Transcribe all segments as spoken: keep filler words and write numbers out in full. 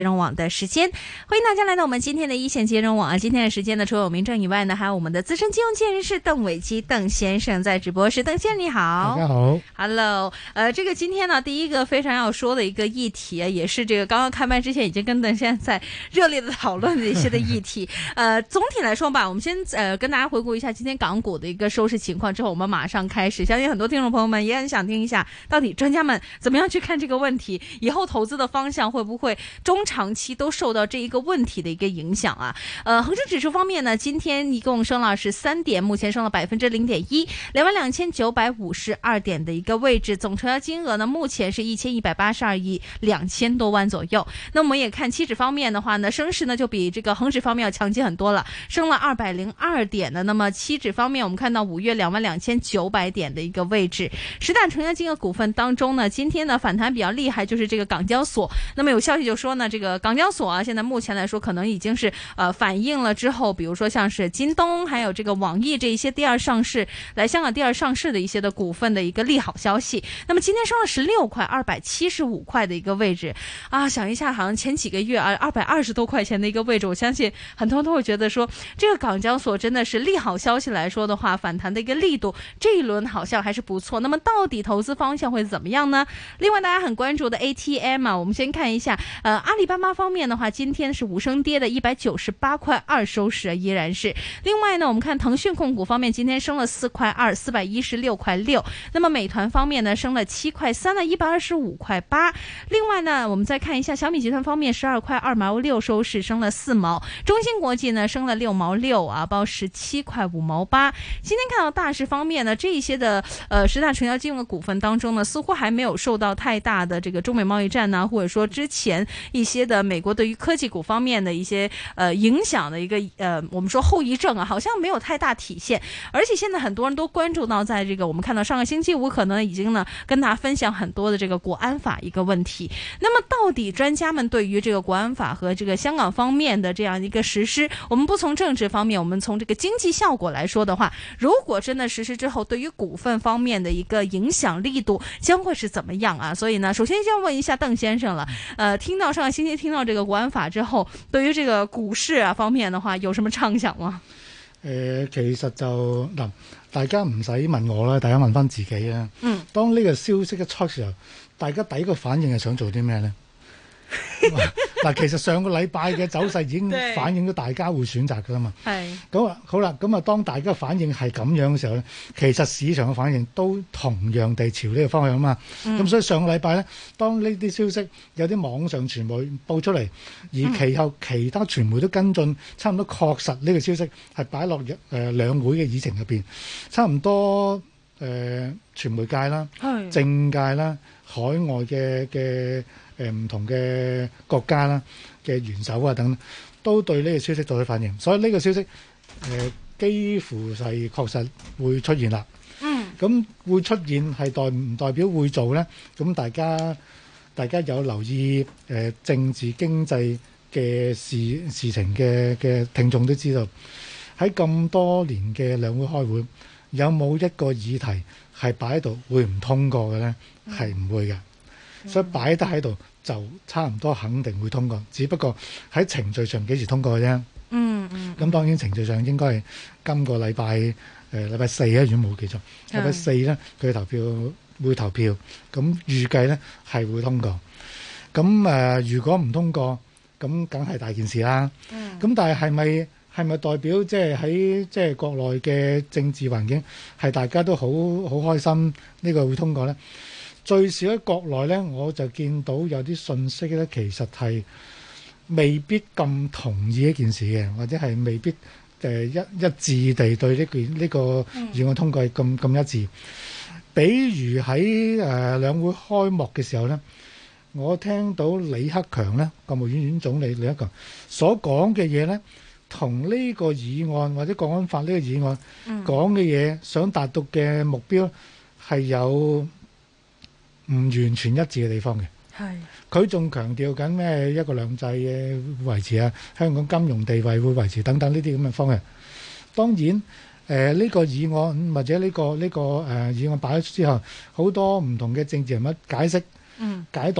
金融网的时间，欢迎大家来到我们今天的一线金融网啊！今天的时间呢，除了有明正以外呢，还有我们的资深金融界人士邓伟基邓先生在直播室。邓先生你好， 大家好 ，Hello。呃，这个今天呢，第一个非常要说的一个议题啊，也是这个刚刚开麦之前已经跟邓先生在热烈的讨论的一些的议题。呃，总体来说吧，我们先呃跟大家回顾一下今天港股的一个收市情况之后，我们马上开始。相信很多听众朋友们也很想听一下，到底专家们怎么样去看这个问题，以后投资的方向会不会中长期都受到这一个问题的一个影响啊。呃，恒生指数方面呢，今天一共升了是三点，目前升了百分之零点一，两万两千九百五十二点的一个位置，总成交金额呢目前是一千一百八十二亿两千多万左右。那我们也看期指方面的话呢，升势呢就比这个恒指方面要强劲很多了，升了二百零二点的。那么期指方面，我们看到五月两万两千九百点的一个位置。十大成交金额股份当中呢，今天呢反弹比较厉害，就是这个港交所。那么有消息就说呢，这个港交所啊，现在目前来说可能已经是呃反映了之后，比如说像是京东还有这个网易这一些第二上市来香港第二上市的一些的股份的一个利好消息。那么今天升了十六块，二百七十五块的一个位置啊，想一下好像前几个月啊二百二十多块钱的一个位置，我相信很多人都会觉得说这个港交所真的是利好消息来说的话，反弹的一个力度这一轮好像还是不错。那么到底投资方向会怎么样呢？另外大家很关注的 A T M 啊，我们先看一下呃阿里巴巴方面的话，今天是无声跌的一百九十八块二收市啊，依然是。另外呢，我们看腾讯控股方面，今天升了四块二，四百一十六块六。那么美团方面呢，升了七块三的一百二十五块八。另外呢，我们再看一下小米集团方面，十二块二毛六收市，升了四毛。中芯国际呢，升了六毛六啊，报十七块五毛八。今天看到大市方面呢，这一些的呃十大成交金额股份当中呢，似乎还没有受到太大的这个中美贸易战呢、啊，或者说之前一些的美国对于科技股方面的一些呃影响的一个呃我们说后遗症啊，好像没有太大体现。而且现在很多人都关注到，在这个我们看到上个星期五可能已经呢跟大家分享很多的这个国安法一个问题。那么到底专家们对于这个国安法和这个香港方面的这样一个实施，我们不从政治方面，我们从这个经济效果来说的话，如果真的实施之后，对于股份方面的一个影响力度将会是怎么样啊？所以呢，首先就要问一下邓先生了。呃，听到上个星期听到这个国安法之後，對於這個股市啊方面的話，有什麼暢想嗎？ 誒、呃，其實就嗱，大家唔使問我啦，大家問翻自己啊。嗯。當呢個消息一出嘅時候，大家第一個反應係想做啲咩咧？嗱，其實上個禮拜嘅走勢已經反映咗大家會選擇㗎啦嘛。係。咁啊，好啦，咁啊，當大家反應係咁樣嘅時候咧，其實市場嘅反應都同樣地朝呢個方向啊嘛。咁、嗯、所以上個禮拜咧，當呢啲消息有啲網上傳媒報出嚟，而其後其他傳媒都跟進，差唔多確實呢個消息係擺落誒、呃、兩會嘅議程入邊，差唔多誒、呃、傳媒界啦、政界啦、海外嘅嘅。誒唔同嘅國家啦嘅元首啊等，都對呢個消息作出反應，所以呢個消息誒、呃、幾乎係確實會出現啦。嗯，咁會出現係代唔代表會做咧？咁大家大家有留意誒、呃、政治經濟嘅事事情嘅嘅聽眾都知道，喺咁多年嘅兩會開會，有冇一個議題係擺喺度會唔通過嘅咧？係唔會嘅。所以擺得喺度就差唔多肯定會通過，只不過喺程序上幾時通過嘅啫。嗯嗯。咁當然程序上應該係今個禮拜誒禮拜四啊，如果冇記錯，禮拜四咧佢投票會投票，咁預計咧係會通過。咁誒、呃，如果唔通過，咁梗係大件事啦。嗯。咁但係係咪係咪代表即係喺即係國內嘅政治環境係大家都好好開心呢個會通過咧？最少喺國內咧，我就見到有啲信息咧，其實係未必咁同意一件事嘅，或者係未必誒、呃、一一致地對呢件呢個議案通過係咁咁一致。比如喺誒、呃、兩會開幕嘅時候咧，我聽到李克強咧，國務院院總理李克強所講嘅嘢咧，同呢個議案或者國安法呢個議案講嘅嘢，想達到嘅目標係有唔完全一致嘅地方嘅。係佢仲強調緊咩一國兩制嘅維持啊，香港金融地位會維持等等呢啲咁嘅方向。當然誒呢、呃呢個議案或者呢、呢個呢、呢個誒、呃、議案擺咗之後，好多唔同嘅政治人物解釋、嗯、解讀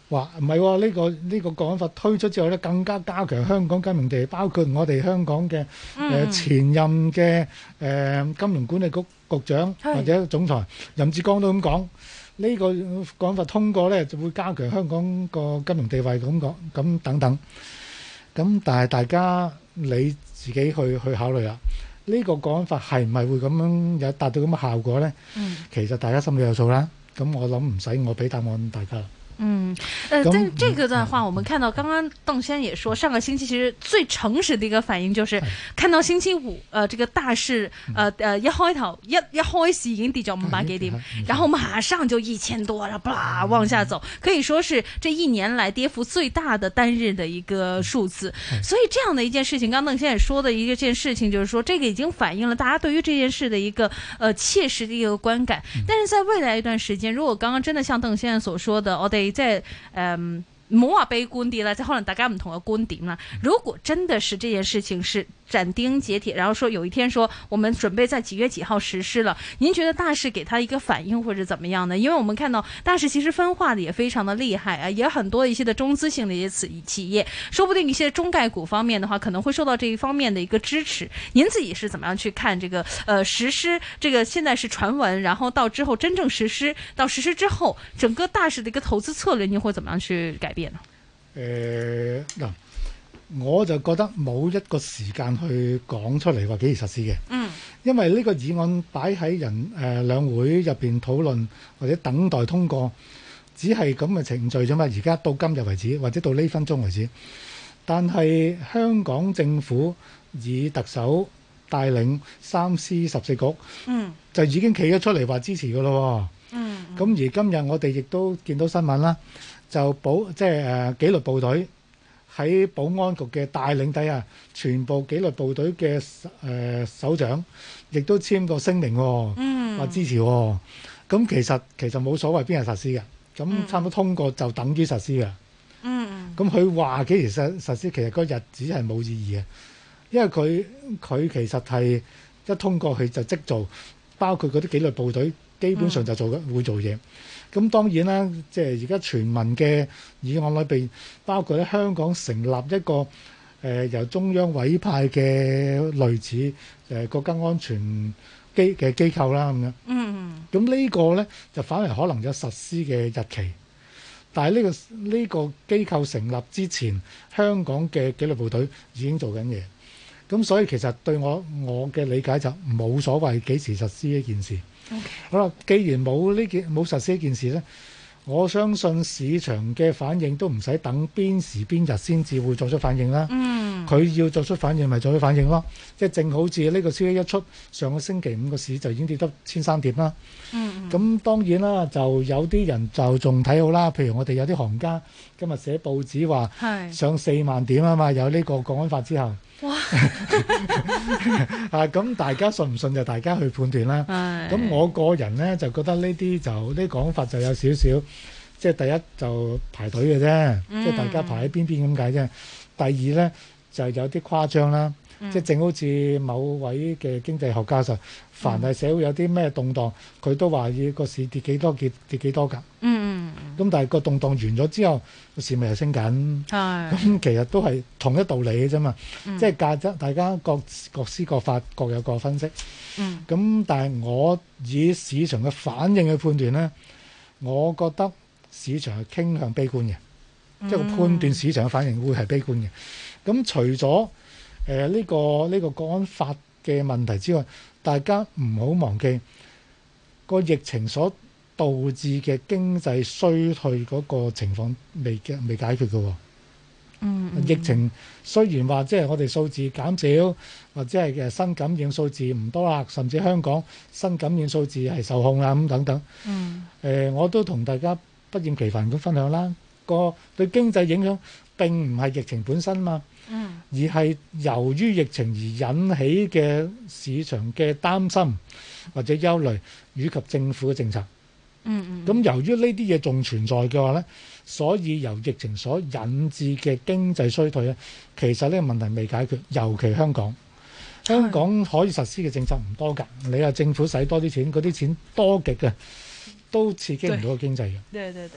話唔係喎，呢、這個呢、這個國安法推出之後咧，更加加強香港金融地位，包括我哋香港嘅誒、 嗯呃、前任嘅誒、呃、金融管理局局長或者總裁任志剛都咁講，呢、這個國安法通過咧就會加強香港個金融地位咁講，咁等等。咁但係大家你自己去去考慮啦，呢、這個國安法係唔係會咁樣有達到咁嘅效果咧？嗯、其實大家心裏有數啦。咁我諗唔使我俾答案大家。 嗯，呃，但是這個的話，我們看到剛剛鄧先也說，上個星期其實最誠實的一個反應就是，看到星期五，呃，這個大市，呃，呃，一開頭一一開始已經跌咗五百幾點，然後馬上就一千多，然後啪往下走，可以說是這一年來跌幅最大的單日的一個數字。所以這樣的一件事情，剛剛鄧先也說的一個件事情，就是說這個已經反映了大家對於這件事的一個，呃，切實的一個觀感。但是在未來一段時間，如果剛剛真的像鄧先生所說的，我哋即係誒唔好話悲觀啲啦，即係可能大家唔同嘅觀點啦。如果真的是這件事情是斬釘截鐵，然後說有一天說我們準備在幾月幾號實施了，您覺得大市給他一個反應或者怎麼樣呢？因為我們看到大市其實分化的也非常的厲害啊，也有很多一些的中資性的一些企企業，說不定一些中概股方面的話可能會受到這一方面的一個支持。您自己是怎麼樣去看這個呃實施這個現在是傳聞，然後到之後真正實施，到實施之後整個大市的一個投資策略，您會怎麼樣去改變呢？呃嗱。我就覺得冇一個時間去講出嚟話幾時實施嘅，嗯，因為呢個議案擺喺人誒、呃、兩會入邊討論或者等待通過，只係咁嘅程序啫嘛。而家到今日為止，或者到呢分鐘為止，但係香港政府以特首帶領三司十四局，嗯，就已經企咗出嚟話支持㗎咯，嗯，咁而今日我哋亦都見到新聞啦，就保即係誒紀律部隊。喺保安局嘅帶領底下，全部紀律部隊嘅誒首長亦都簽個聲明、哦，話、嗯、支持、哦。咁其實其實冇所謂邊日實施嘅，咁差唔多通過就等於實施嘅。嗯，咁佢話幾時實實施，其實個日子係冇意義嘅，因為佢佢其實係一通過佢就即做，包括嗰啲紀律部隊基本上就做、嗯、會做嘢。咁當然啦，即係而家全民嘅議案裏邊，包括喺香港成立一個誒、呃、由中央委派嘅類似誒、呃、國家安全機嘅機構啦咁樣。嗯。咁呢個咧就反而可能有實施嘅日期，但係呢、呢個呢、呢個機構成立之前，香港嘅紀律部隊已經做緊嘢。咁所以其實對我我嘅理解就冇所謂幾時實施呢件事。Okay. 好啦，既然冇呢件冇實施呢件事咧，我相信市場嘅反應都唔使等邊時邊日先至會作出反應啦。嗯，佢要作出反應咪作出反應咯。即係正好似呢個消息一出，上個星期五個市就已經跌得千三點啦。嗯，咁當然啦，就有啲人就仲睇好啦。譬如我哋有啲行家今日寫報紙話上四萬點啊嘛，有呢個國安法之後。哇！啊，咁大家信唔信就大家去判斷啦。咁我個人咧就覺得呢啲就呢講法就有少少，即係第一就排隊嘅啫，嗯、即係大家排喺邊邊咁解啫。第二咧就有啲誇張啦，嗯、即係正好似某位嘅經濟學家就，凡係社會有啲咩動盪，佢、嗯、都話要個市跌幾多跌跌幾多㗎。嗯。咁但係個動盪完咗之後，個市咪又升緊。係。咁其實都係同一道理嘅啫嘛。嗯、即係價值，大家各各施各法，各有各分析。嗯。咁但係我以市場嘅反應去判斷咧，我覺得市場係傾向悲觀嘅，嗯、即係判斷市場嘅反應會係悲觀嘅。咁除咗誒呢個呢、呢個國安法嘅問題之外，大家唔好忘記個疫情所導致嘅經濟衰退嗰個情況未嘅未解決嘅、哦。嗯，嗯，疫情雖然話即係我哋數字減少，或者係嘅新感染數字唔多啦，甚至香港新感染數字係受控啦咁等等。嗯。誒、呃，我都同大家不厭其煩咁分享啦。個對經濟影響並唔係疫情本身嘛。嗯。而係由於疫情而引起嘅市場嘅擔心或者憂慮，以及政府嘅政策。嗯嗯，咁由於呢啲嘢仲存在嘅話咧，所以由疫情所引致嘅經濟衰退咧，其實呢個問題未解決，尤其香港，香港可以實施嘅政策唔多㗎。你話政府使多啲錢，嗰啲錢多極嘅，都刺激唔到個經濟嘅。對對對。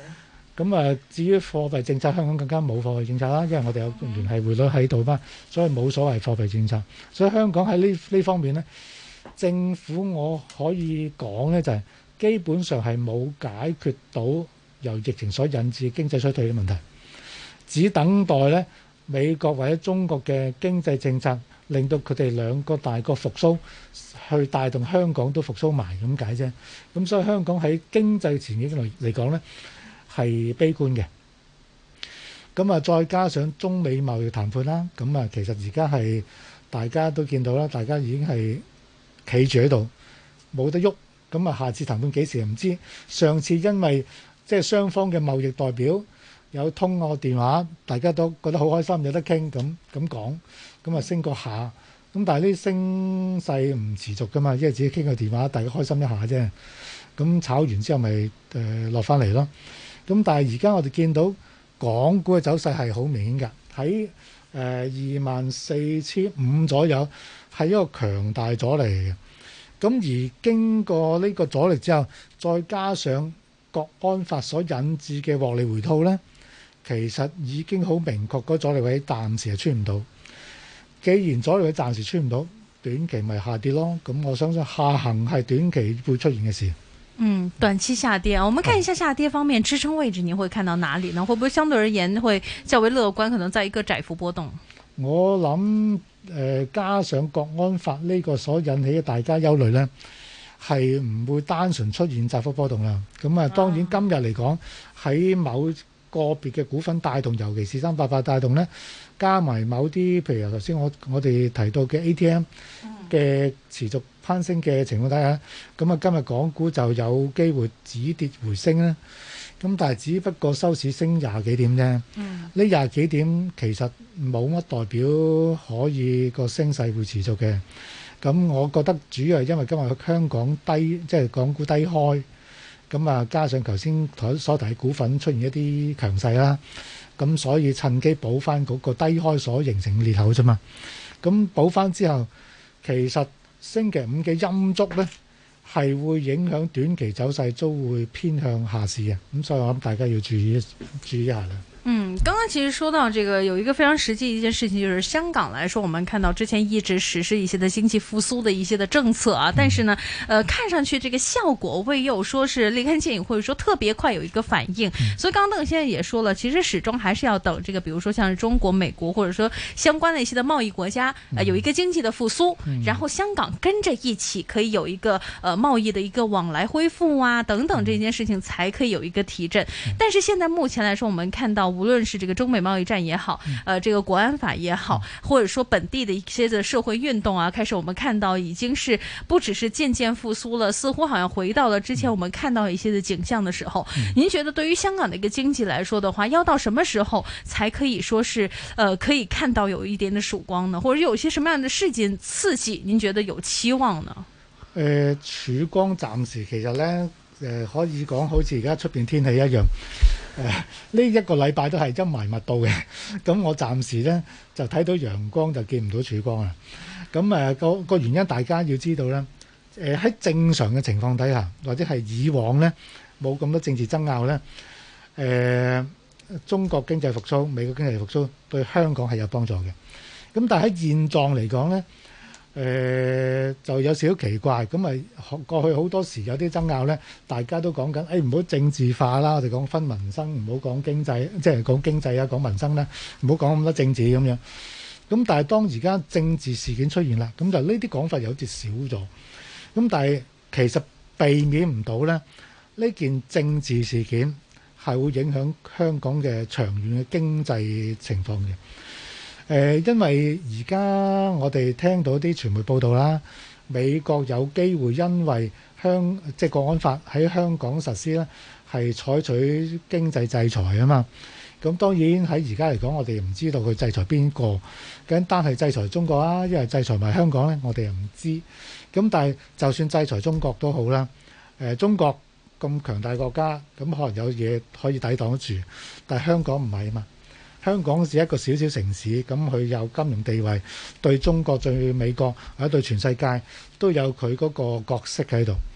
咁啊，至於貨幣政策，香港更加冇貨幣政策啦，因為我哋有聯繫匯率喺度嘛，所以冇所謂貨幣政策。所以香港喺呢呢方面咧，政府我可以講咧就係、是、基本上係冇解決到由疫情所引致經濟衰退嘅問題，只等待咧美國或者中國嘅經濟政策令到佢哋兩個大國復甦，去帶動香港都復甦埋咁解啫。咁所以香港喺經濟前景嚟嚟講咧，係悲觀嘅。咁啊，再加上中美貿易談判啦，咁啊，其實而家係大家都見到啦，大家已經係企住喺度，冇得喐。咁啊，下次談判幾時唔知。上次因為即係雙方嘅貿易代表有通過電話，大家都覺得好開心，有得傾咁咁講，咁啊升個下。咁但係呢升勢唔持續噶嘛，因為自己傾個電話，大家開心一下啫。咁炒完之後咪誒落翻嚟咯。咁但係而家我哋見到港股嘅走勢係好明顯㗎，喺誒二萬四千五左右係一個強大阻力嚟嘅。咁而經過呢個阻力之後，再加上國安法所引致嘅獲利回吐咧，其實已經好明確，嗰阻力位暫時係穿唔到。既然阻力位暫時穿唔到，短期咪下跌咯。咁我相信下行係短期會出現嘅事。 嗯，短期下跌，我們看一下下跌方面支撐位置，你會看到哪裡呢？會不會相對而言會較為樂觀，可能在一個窄幅波動？ 我諗誒、呃，加上國安法呢個所引起嘅大家憂慮呢，係唔會單純出現窄幅波動啦。咁啊，當然今日嚟講喺某個別嘅股份帶動，尤其是三八八帶動呢，加埋某啲譬如頭先我我哋提到嘅 A T M 嘅持續攀升嘅情況底下，咁啊今日港股就有機會止跌回升啦。咁但係只不過收市升廿幾點啫。呢廿幾點其實冇乜代表可以個升勢會持續嘅。咁我覺得主要係因為今日香港低，即係港股低開，咁啊加上頭先所提股份出現一啲強勢啦，咁所以趁機補翻嗰個低開所形成裂口啫嘛。咁補翻之後，其實星期五嘅陰燭咧，係會影響短期走勢，都會偏向下市嘅。咁所以我諗大家要注意注意一下啦。 嗯，剛剛其實說到這個有一個非常實際一件事情，就是香港來說，我們看到之前一直實施一些的經濟復甦的一些的政策啊，但是呢，呃，看上去這個效果未有說是立竿見影，或者說特別快有一個反應。所以剛剛鄧先生也說了，其實始終還是要等這個，比如說像是中國、美國，或者說相關的一些的貿易國家，呃，有一個經濟的復甦，然後香港跟着一起可以有一個呃貿易的一個往來恢復啊，等等這件事情才可以有一個提振。但是現在目前來說，我們看到無論是這個中美貿易戰也好，呃，這個國安法也好，或者說本地的一些的社會運動啊，開始我們看到已經是不只是漸漸復甦了，似乎好像回到了之前我們看到一些的景象的時候。您覺得對於香港的一個經濟來說的話，要到什麼時候才可以說是呃可以看到有一點的曙光呢？或者有些什麼樣的事件刺激，您覺得有期望呢？ 呃，曙光暫時其實呢，誒、呃、可以講好似而家出邊天氣一樣。誒呢、呃、一個禮拜都係陰霾密佈嘅，咁我暫時咧就睇到陽光就見唔到曙光啦。咁誒、呃、個個原因大家要知道咧，誒、呃、喺正常嘅情況底下，或者係以往咧冇咁多政治爭拗咧，誒、呃、中國經濟復甦、美國經濟復甦對香港係有幫助嘅。咁但係喺現狀嚟講咧，誒、呃、就有少少奇怪，咁咪過去好多時有啲爭拗咧，大家都講緊，誒唔好政治化啦，我哋講分民生，唔好講經濟，即係講經濟啊，講民生啦，唔好講咁多政治咁樣。咁但係當而家政治事件出現啦，咁就呢啲講法有啲少咗。咁但係其實避免唔到咧，呢件政治事件係會影響香港嘅長遠嘅經濟情況嘅。誒、呃，因為而家我哋聽到啲傳媒報道啦，美國有機會因為香即係國安法喺香港實施咧，係採取經濟制裁啊嘛。咁當然喺而家嚟講，我哋唔知道佢制裁邊個，咁單係制裁中國啊，因為制裁埋香港咧，我哋又唔知。咁但係就算制裁中國都好啦，誒、呃，中國咁強大國家，咁可能有嘢可以抵擋得住，但係香港唔係啊嘛。香港是一個小小城市，咁佢有金融地位，對中國、對美國或者對全世界都有佢嗰個角色喺度。咁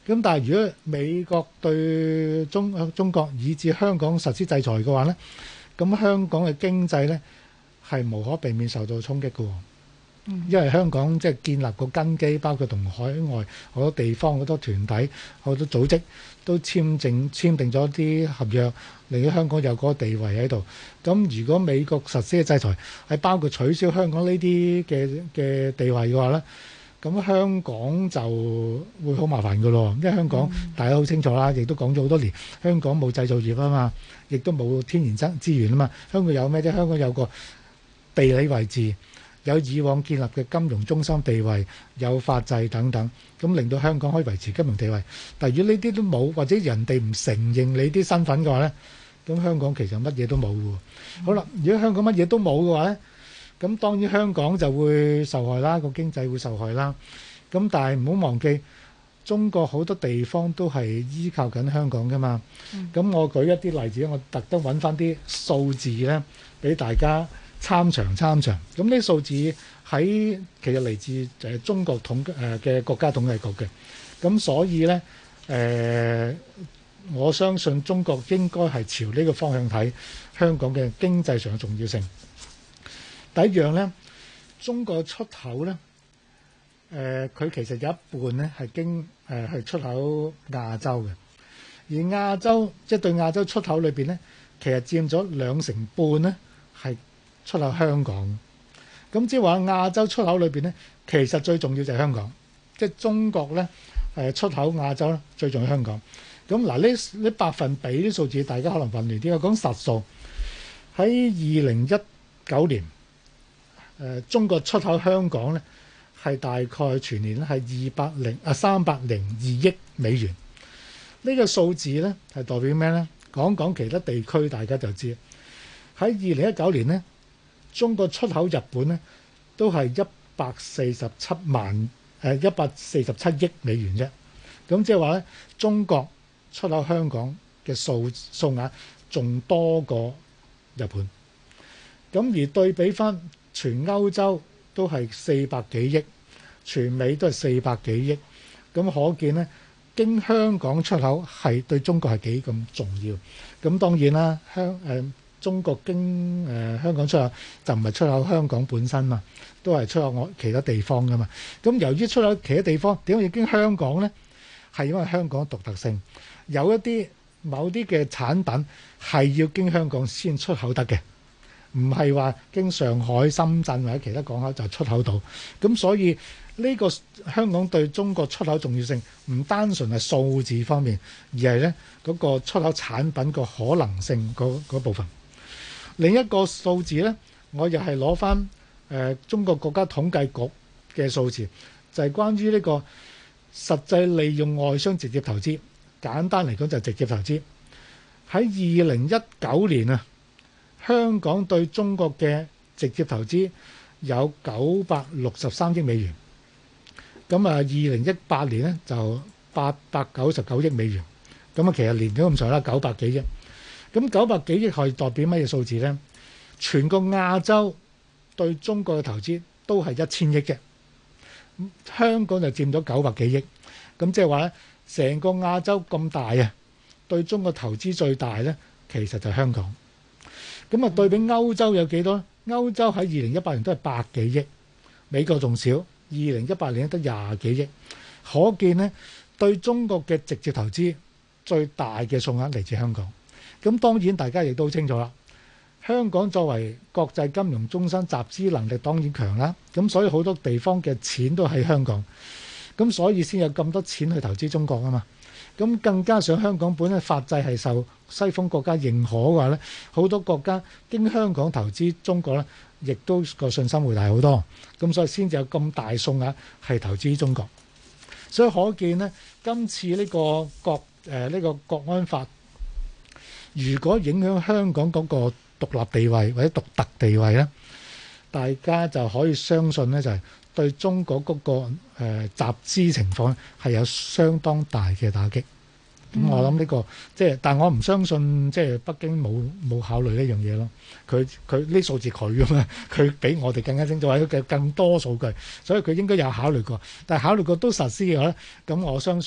咁但係如果美國對中中國以至香港實施制裁嘅話咧，咁香港嘅經濟咧係無可避免受到衝擊嘅。因為香港即係建立個根基，包括同海外好多地方、好多團體、好多組織都簽訂簽訂咗啲合約，令到香港有嗰個地位喺度。咁如果美國實施嘅制裁係包括取消香港呢啲嘅嘅地位嘅話咧，咁香港就會好麻煩㗎咯。因為香港大家好清楚啦，亦都講咗好多年，香港冇製造業啊嘛，亦都冇天然資資源啊嘛。香港有咩啫？香港有個地理位置。有以往建立嘅金融中心地位，有法制等等，咁令到香港可以維持金融地位。但係如果呢啲都冇，或者人哋唔承認你啲身份嘅話咧，咁香港其實乜嘢都冇喎。嗯、好啦，如果香港乜嘢都冇嘅話咧，咁當然香港就會受害啦，個經濟會受害啦。咁但係唔好忘記，中國好多地方都係依靠緊香港㗎嘛。咁、嗯、我舉一啲例子，我特登揾翻啲數字咧，俾大家參詳參詳，咁呢啲數字喺其實嚟自誒中國統誒嘅國家統計局嘅，咁所以咧誒、呃，我相信中國應該係朝呢個方向睇香港嘅經濟上嘅重要性。第一樣咧，中國出口咧，誒、呃、佢其實有一半咧係經誒係、呃、出口亞洲嘅，而亞洲即係、就是、對亞洲出口裏邊咧，其實佔咗兩成半咧係出口香港，咁即係話亞洲出口裏邊咧，其實最重要就係香港，即係中國咧誒出口亞洲咧最重要香港。咁嗱呢呢百分比啲數字，大家可能混亂啲。我講實數，喺二零一九年，誒中國出口香港咧係大概全年咧係二百零啊三百零二億美元。呢個數字咧係代表咩咧？講講其他地區，大家就知。喺二零一九年咧，中國出口日本咧都係一百四十七萬誒一百四十七億美元啫。咁即係話咧，中國出口香港嘅數數額仲多過日本。咁而對比翻全歐洲都係四百幾億，全美都係四百幾億。咁可見咧，經香港出口係對中國係幾咁重要。咁當然啦，香誒。呃中國經誒、呃、香港出口就唔係出口香港本身嘛，都係出口我其他地方噶嘛。咁由於出口其他地方點解要經香港咧？係因為香港獨特性，有一啲某啲嘅產品係要經香港先出口得嘅，唔係話經上海、深圳或者其他港口就出口到。咁所以呢個香港對中國出口重要性唔單純係數字方面，而係咧嗰個出口產品個可能性嗰嗰部分。另一個數字咧，我又係攞翻誒中國國家統計局嘅數字，就係、是、關於呢個實際利用外商直接投資。簡單嚟講就係直接投資。喺二零一九年啊，香港對中國嘅直接投資有九百六十三億美元。咁啊，二零一八年咧就八百九十九億美元。咁啊，其實年都咁長啦，九百幾億。咁九百幾億係代表乜嘢數字咧？全個亞洲對中國嘅投資都係一千億嘅，香港就佔咗九百幾億。咁即係話咧，成個亞洲咁大啊，對中國投資最大咧，其實就係香港。咁啊，對比歐洲有幾多？歐洲喺二零一八年都係百幾億，美國仲少，二零一八年得廿幾億。可見咧，對中國嘅直接投資最大嘅數額嚟自香港。咁當然大家亦都清楚啦，香港作為國際金融中心，集資能力當然強啦。咁所以好多地方嘅錢都喺香港，咁所以先有咁多錢去投資中國啊嘛。咁更加上香港本身法制係受西方國家認可嘅話咧，好多國家經香港投資中國咧，亦都個信心會大好多。咁所以先至有咁大數額係投資中國。所以可見咧，今次呢個國誒呢個國安法，如果影響香港嗰個獨立地位或者獨特地位咧，大家就可以相信咧，就係對中國嗰個誒集資情況係有相當大嘅打擊。咁我諗呢個即係，但我唔相信即係北京冇冇考慮呢樣嘢咯。佢佢呢數字佢㗎嘛，佢比我哋更加清楚，或者嘅更多數據，所以佢應該有考慮過。但係考慮過都實施嘅話咧，咁我相信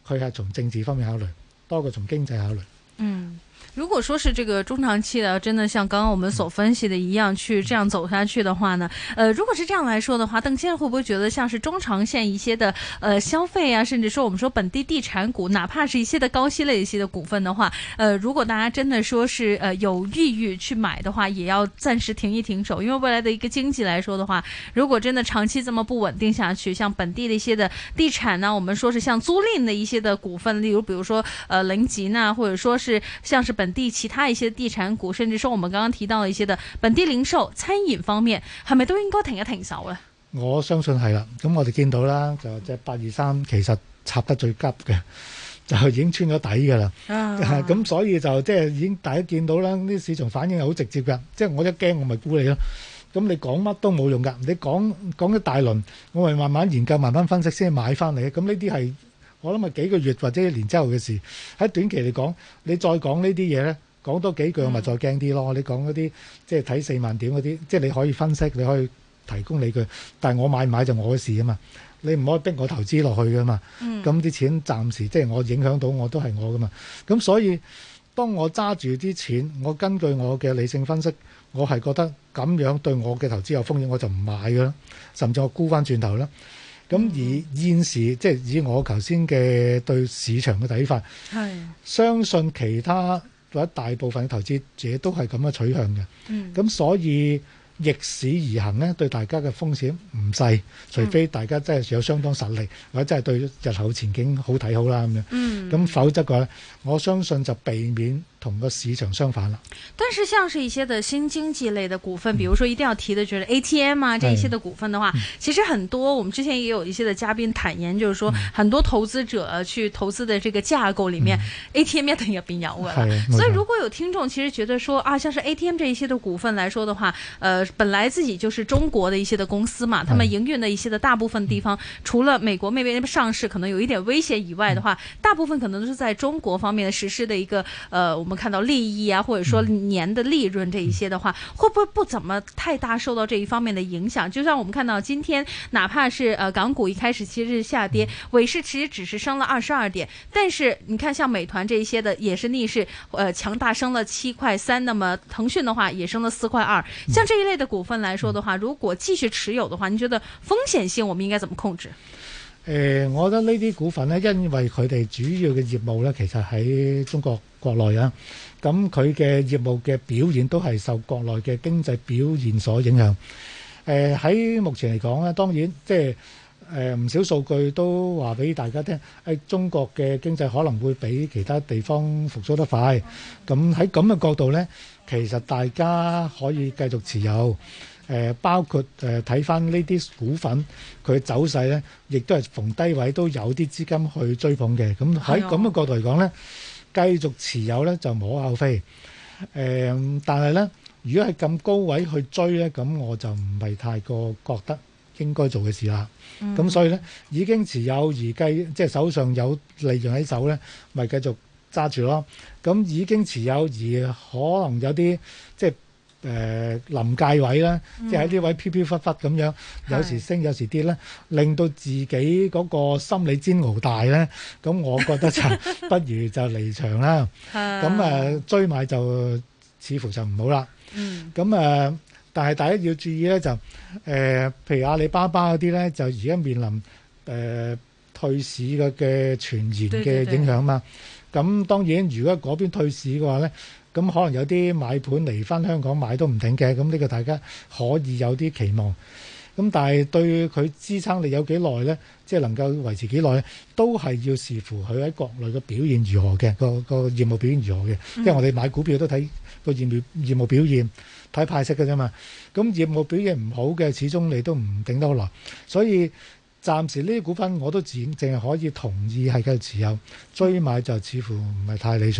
佢係從政治方面考慮多過從經濟考慮。 嗯。如果說是這個中長期的，真的像剛剛我們所分析的一樣，去這樣走下去的話呢，呃，如果是這樣來說的話，鄧先生會不會覺得像是中長線一些的，呃，消費啊，甚至說我們說本地地產股，哪怕是一些的高息類一些的股份的話，呃，如果大家真的說是呃有意欲去買的話，也要暫時停一停手，因為未來的一個經濟來說的話，如果真的長期這麼不穩定下去，像本地的一些的地產呢，我們說是像租賃的一些的股份，例如比如說呃領展啊，或者說是像是本地其他一些地產股，甚至說我們剛剛提到的一些的本地零售、餐飲方面，係咪都應該停一停手咧？ 我相信係啦。咁我哋見到啦，就隻八二三其實插得最急嘅，就已經穿咗底㗎啦。咁、啊、所以就即係已經大家見到啦，啲市場反應係好直接㗎。即係我一驚我咪沽你咯。咁你講乜都冇用㗎。你講講一大輪，我咪慢慢研究、慢慢分析先買翻嚟。咁呢啲係我諗係幾個月或者一年之後嘅事。喺短期嚟講，你再講呢啲嘢咧，講多幾句我咪再驚啲咯。你講嗰啲即係睇四萬點嗰啲，即係你可以分析，你可以提供理據，但係我買唔買就我嘅事啊嘛。你唔可以逼我投資落去噶嘛。咁啲、嗯、錢暫時即係我影響到我都係我噶嘛。咁所以當我揸住啲錢，我根據我嘅理性分析，我係覺得咁樣對我嘅投資有風險，我就唔買噶啦，甚至我沽翻轉頭啦。咁、嗯、而現時即係以我頭先嘅對市場嘅睇法，係相信其他或者大部分嘅投資者都係咁嘅取向嘅。咁、嗯、所以逆市而行咧，對大家嘅風險唔細，除非大家真係有相當實力，或者真係對日後前景好睇好啦咁樣。咁、嗯、否則嘅話，我相信就避免同個市場相反啦。 但是像是一些的新經濟類的股份，比如說一定要提的，就是 A T M 啊，這一些的股份的話，其實很多我們之前也有一些的嘉賓坦言，就是說很多投資者去投資的這個架構裡面、嗯、A T M 一定入邊有嘅。所以如果有聽眾其實覺得說啊，像是 A T M 這一些的股份來說的話，呃，本來自己就是中國的一些的公司嘛，他們營運的一些的大部分地方，除了美國那邊上市可能有一點威脅以外的話，大部分可能都是在中國方面的實施的一個，呃，我們看到利益啊，或者說年的利潤這一些的話，會不會不怎麼太大受到這一方面的影響？就像我們看到今天，哪怕是呃港股一開始其實是下跌，尾市其實只是升了二十二點，但是你看像美團這一些的也是逆勢，呃強大升了七塊三，那麼騰訊的話也升了四塊二，像這一類的股份來說的話，如果繼續持有的話，你覺得風險性我們應該怎麼控制？ 誒、呃，我覺得呢啲股份呢，因為佢哋主要嘅業務呢，其實喺中國國內啊，咁佢嘅業務嘅表現都係受國內嘅經濟表現所影響。誒、呃、喺目前嚟講呢，當然即係誒唔少數據都話俾大家聽，喺中國嘅經濟可能會比其他地方復甦得快。咁喺咁嘅角度呢，其實大家可以繼續持有。誒、呃、包括誒睇翻呢啲股份佢走勢咧，亦都係逢低位都有啲資金去追捧嘅。咁喺咁嘅角度嚟講咧，繼續持有咧就無可厚非。誒、呃，但係咧，如果係咁高位去追咧，咁我就唔係太過覺得應該做嘅事啦。咁、嗯、所以咧，已經持有而計即係手上有利潤喺手咧，咪繼續揸住咯。咁已經持有而可能有啲即係。誒、呃、臨界位啦，即係喺呢位飄飄忽忽咁樣，嗯、有時升有時跌咧，令到自己嗰個心理煎熬大咧，咁我覺得就不如就離場啦。咁誒、呃、追買就似乎就唔好啦。咁誒、嗯呃，但係大家要注意咧，就誒、呃，譬如阿里巴巴嗰啲咧，就而家面臨誒、呃、退市嘅嘅傳言嘅影響嘛。咁當然，如果嗰邊退市嘅話咧，咁可能有啲買盤嚟翻香港買都唔定嘅，咁呢個大家可以有啲期望。咁但係對佢支撐力有幾耐咧？即係能夠維持幾耐咧？都係要視乎佢喺國內嘅表現如何嘅，個個業務表現如何嘅。因為我哋買股票都睇個業務業務表現，睇派息嘅啫嘛。咁業務表現唔好嘅，始終你都唔頂得好耐。所以暫時呢啲股份我都只淨係可以同意係繼續持有，追買就似乎唔係太理想。